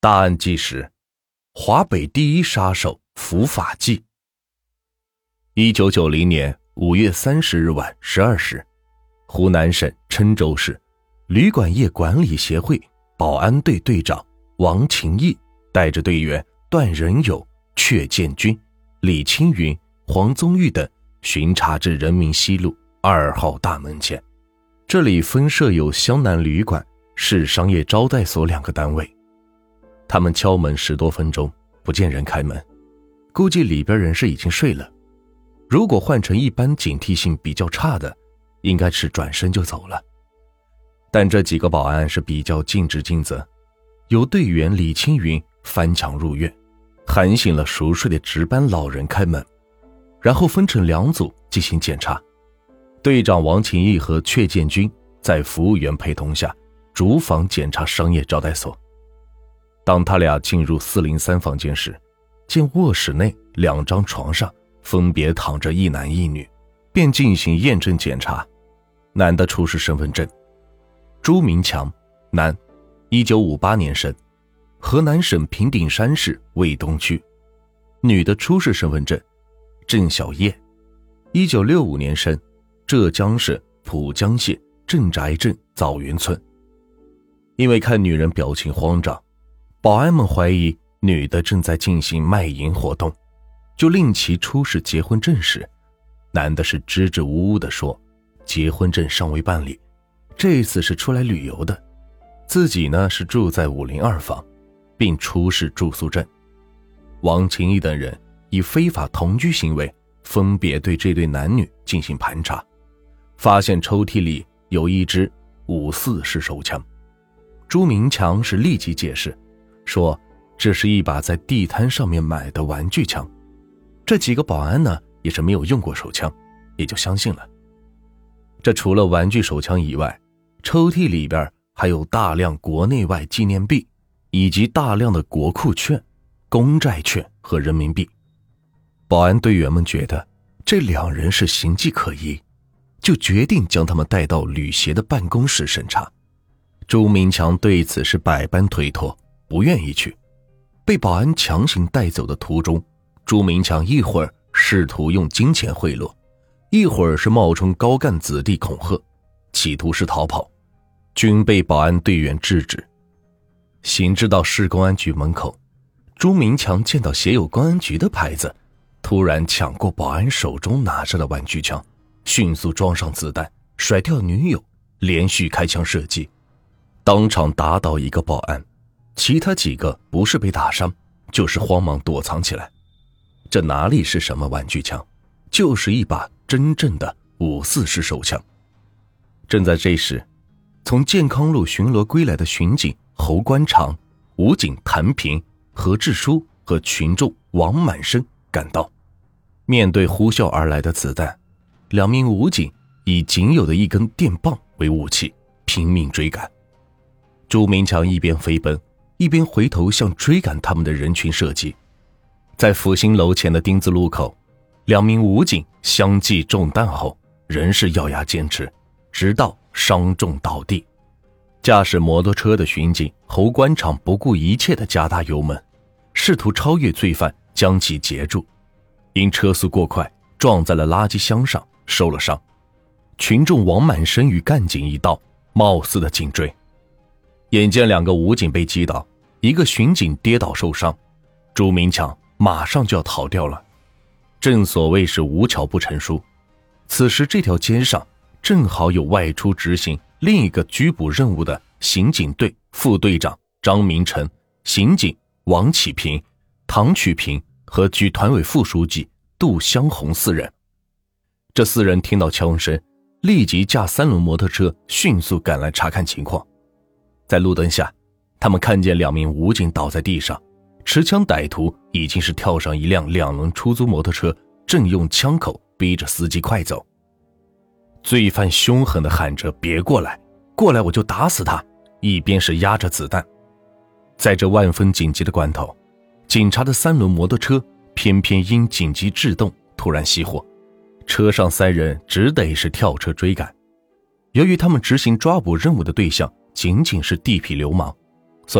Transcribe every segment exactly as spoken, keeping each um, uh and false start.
大案纪实：华北第一杀手伏法纪。一九九零年五月三十日晚十二时，湖南省郴州市旅馆业管理协会保安队队长王勤义带着队员段仁友、阙建军、李青云、黄宗玉等巡查至人民西路二号大门前。这里分设有湘南旅馆、市商业招待所两个单位。他们敲门十多分钟，不见人开门，估计里边人士已经睡了。如果换成一般警惕性比较差的，应该是转身就走了。但这几个保安是比较尽职尽责，由队员李青云翻墙入院，喊醒了熟睡的值班老人开门，然后分成两组进行检查。队长王勤义和阙建军在服务员陪同下逐房检查商业招待所。当他俩进入四零三房间时，见卧室内两张床上分别躺着一男一女，便进行验证检查。男的出示身份证：朱明强，男，一九五八年生，河南省平顶山市卫东区；女的出示身份证：郑小叶，一九六五年生，浙江省浦江县镇宅镇枣园村。因为看女人表情慌张，保安们怀疑女的正在进行卖淫活动，就令其出示结婚证时，男的是支支吾吾地说结婚证尚未办理，这次是出来旅游的，自己呢是住在五零二房，并出示住宿证。王勤义等人以非法同居行为分别对这对男女进行盘查，发现抽屉里有一支五四式手枪。朱明强是立即解释说这是一把在地摊上面买的玩具枪。这几个保安呢也是没有用过手枪，也就相信了。这除了玩具手枪以外，抽屉里边还有大量国内外纪念币，以及大量的国库券、公债券和人民币。保安队员们觉得这两人是形迹可疑，就决定将他们带到旅协的办公室审查。朱明强对此是百般推脱，不愿意去。被保安强行带走的途中，朱明强一会儿试图用金钱贿赂，一会儿是冒充高干子弟恐吓，企图是逃跑，均被保安队员制止。行至到市公安局门口，朱明强见到写有公安局的牌子，突然抢过保安手中拿着的玩具枪，迅速装上子弹，甩掉女友，连续开枪射击，当场打倒一个保安，其他几个不是被打伤，就是慌忙躲藏起来。这哪里是什么玩具枪，就是一把真正的五四式手枪。正在这时，从健康路巡逻归来的巡警侯官长、武警谭平、何志书和群众王满生赶到。面对呼啸而来的子弹，两名武警以仅有的一根电棒为武器，拼命追赶。朱明强一边飞奔，一边回头向追赶他们的人群射击。在复兴楼前的丁字路口，两名武警相继中弹后，仍是咬牙坚持，直到伤重倒地。驾驶摩托车的巡警侯官场不顾一切地加大油门，试图超越罪犯将其截住，因车速过快撞在了垃圾箱上，受了伤。群众王满生与干警一道貌似的紧追，眼见两个武警被击倒，一个巡警跌倒受伤，朱明强马上就要逃掉了。正所谓是无巧不成书，此时这条街上正好有外出执行另一个拘捕任务的刑警队副队长张明成、刑警王启平、唐曲平和局团委副书记杜香红四人。这四人听到枪声，立即驾三轮摩托车迅速赶来查看情况。在路灯下，他们看见两名武警倒在地上，持枪歹徒已经是跳上一辆两轮出租摩托车，正用枪口逼着司机快走。罪犯凶狠地喊着别过来，过来我就打死他，一边是压着子弹。在这万分紧急的关头，警察的三轮摩托车偏偏因紧急制动突然熄火，车上三人只得是跳车追赶。由于他们执行抓捕任务的对象仅仅是地痞流氓，所以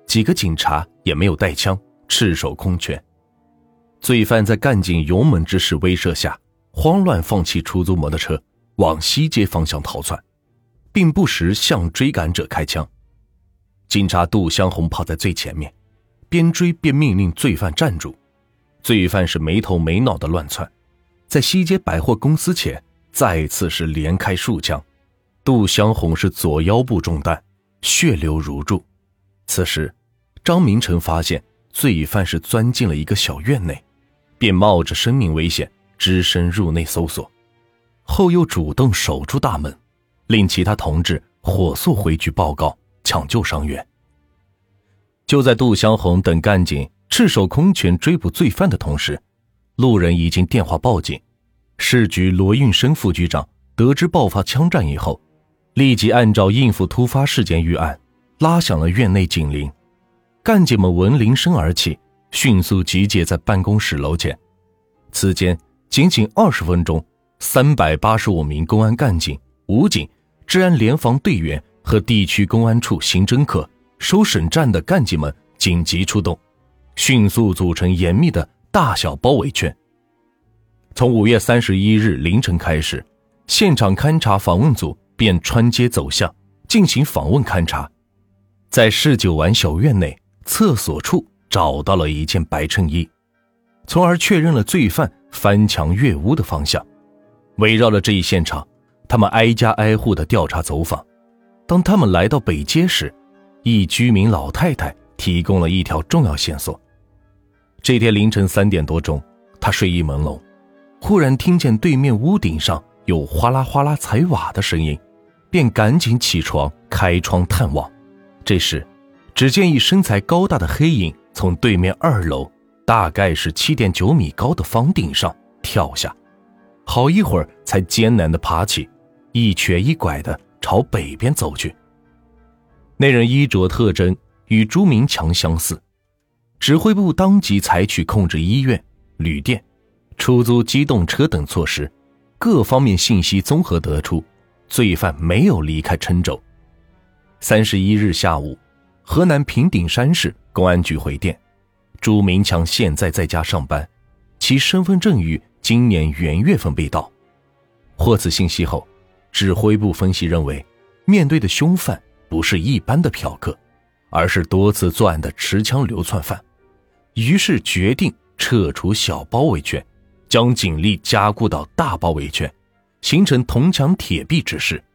几个警察也没有带枪，赤手空拳。罪犯在干警勇猛之势威慑下，慌乱放弃出租摩托车，往西街方向逃窜，并不时向追赶者开枪。警察杜香红跑在最前面，边追边命令罪犯站住。罪犯是没头没脑的乱窜，在西街百货公司前再次是连开数枪。杜香红是左腰部中弹，血流如注。此时张明成发现罪犯是钻进了一个小院内，便冒着生命危险只身入内搜索，后又主动守住大门，令其他同志火速回去报告抢救伤员。就在杜香红等干警赤手空拳追捕罪犯的同时，路人已经电话报警。市局罗运生副局长得知爆发枪战以后，立即按照应付突发事件预案，拉响了院内警铃。干警们闻铃声而起，迅速集结在办公室楼前。此间仅仅二十分钟，三百八十五名公安干警、武警、治安联防队员和地区公安处刑侦科、收审站的干警们紧急出动，迅速组成严密的大小包围圈。从五月三十一日凌晨开始，现场勘查访问组便穿街走巷进行访问勘查，在市九丸小院内厕所处找到了一件白衬衣，从而确认了罪犯翻墙越屋的方向。围绕了这一现场，他们挨家挨户的调查走访。当他们来到北街时，一居民老太太提供了一条重要线索。这天凌晨三点多钟，她睡意朦胧，忽然听见对面屋顶上有哗啦哗啦踩瓦的声音，便赶紧起床开窗探望。这时只见一身材高大的黑影从对面二楼大概是 七点九米高的房顶上跳下，好一会儿才艰难地爬起，一瘸一拐地朝北边走去。那人衣着特征与朱明强相似，指挥部当即采取控制医院、旅店、出租机动车等措施，各方面信息综合得出，罪犯没有离开郴州。三十一日下午，河南平顶山市公安局回电，朱明强现在在家上班，其身份证于今年元月份被盗。获此信息后，指挥部分析认为，面对的凶犯不是一般的嫖客，而是多次作案的持枪流窜犯，于是决定撤除小包围圈，将警力加固到大包围圈，形成铜墙铁壁之势。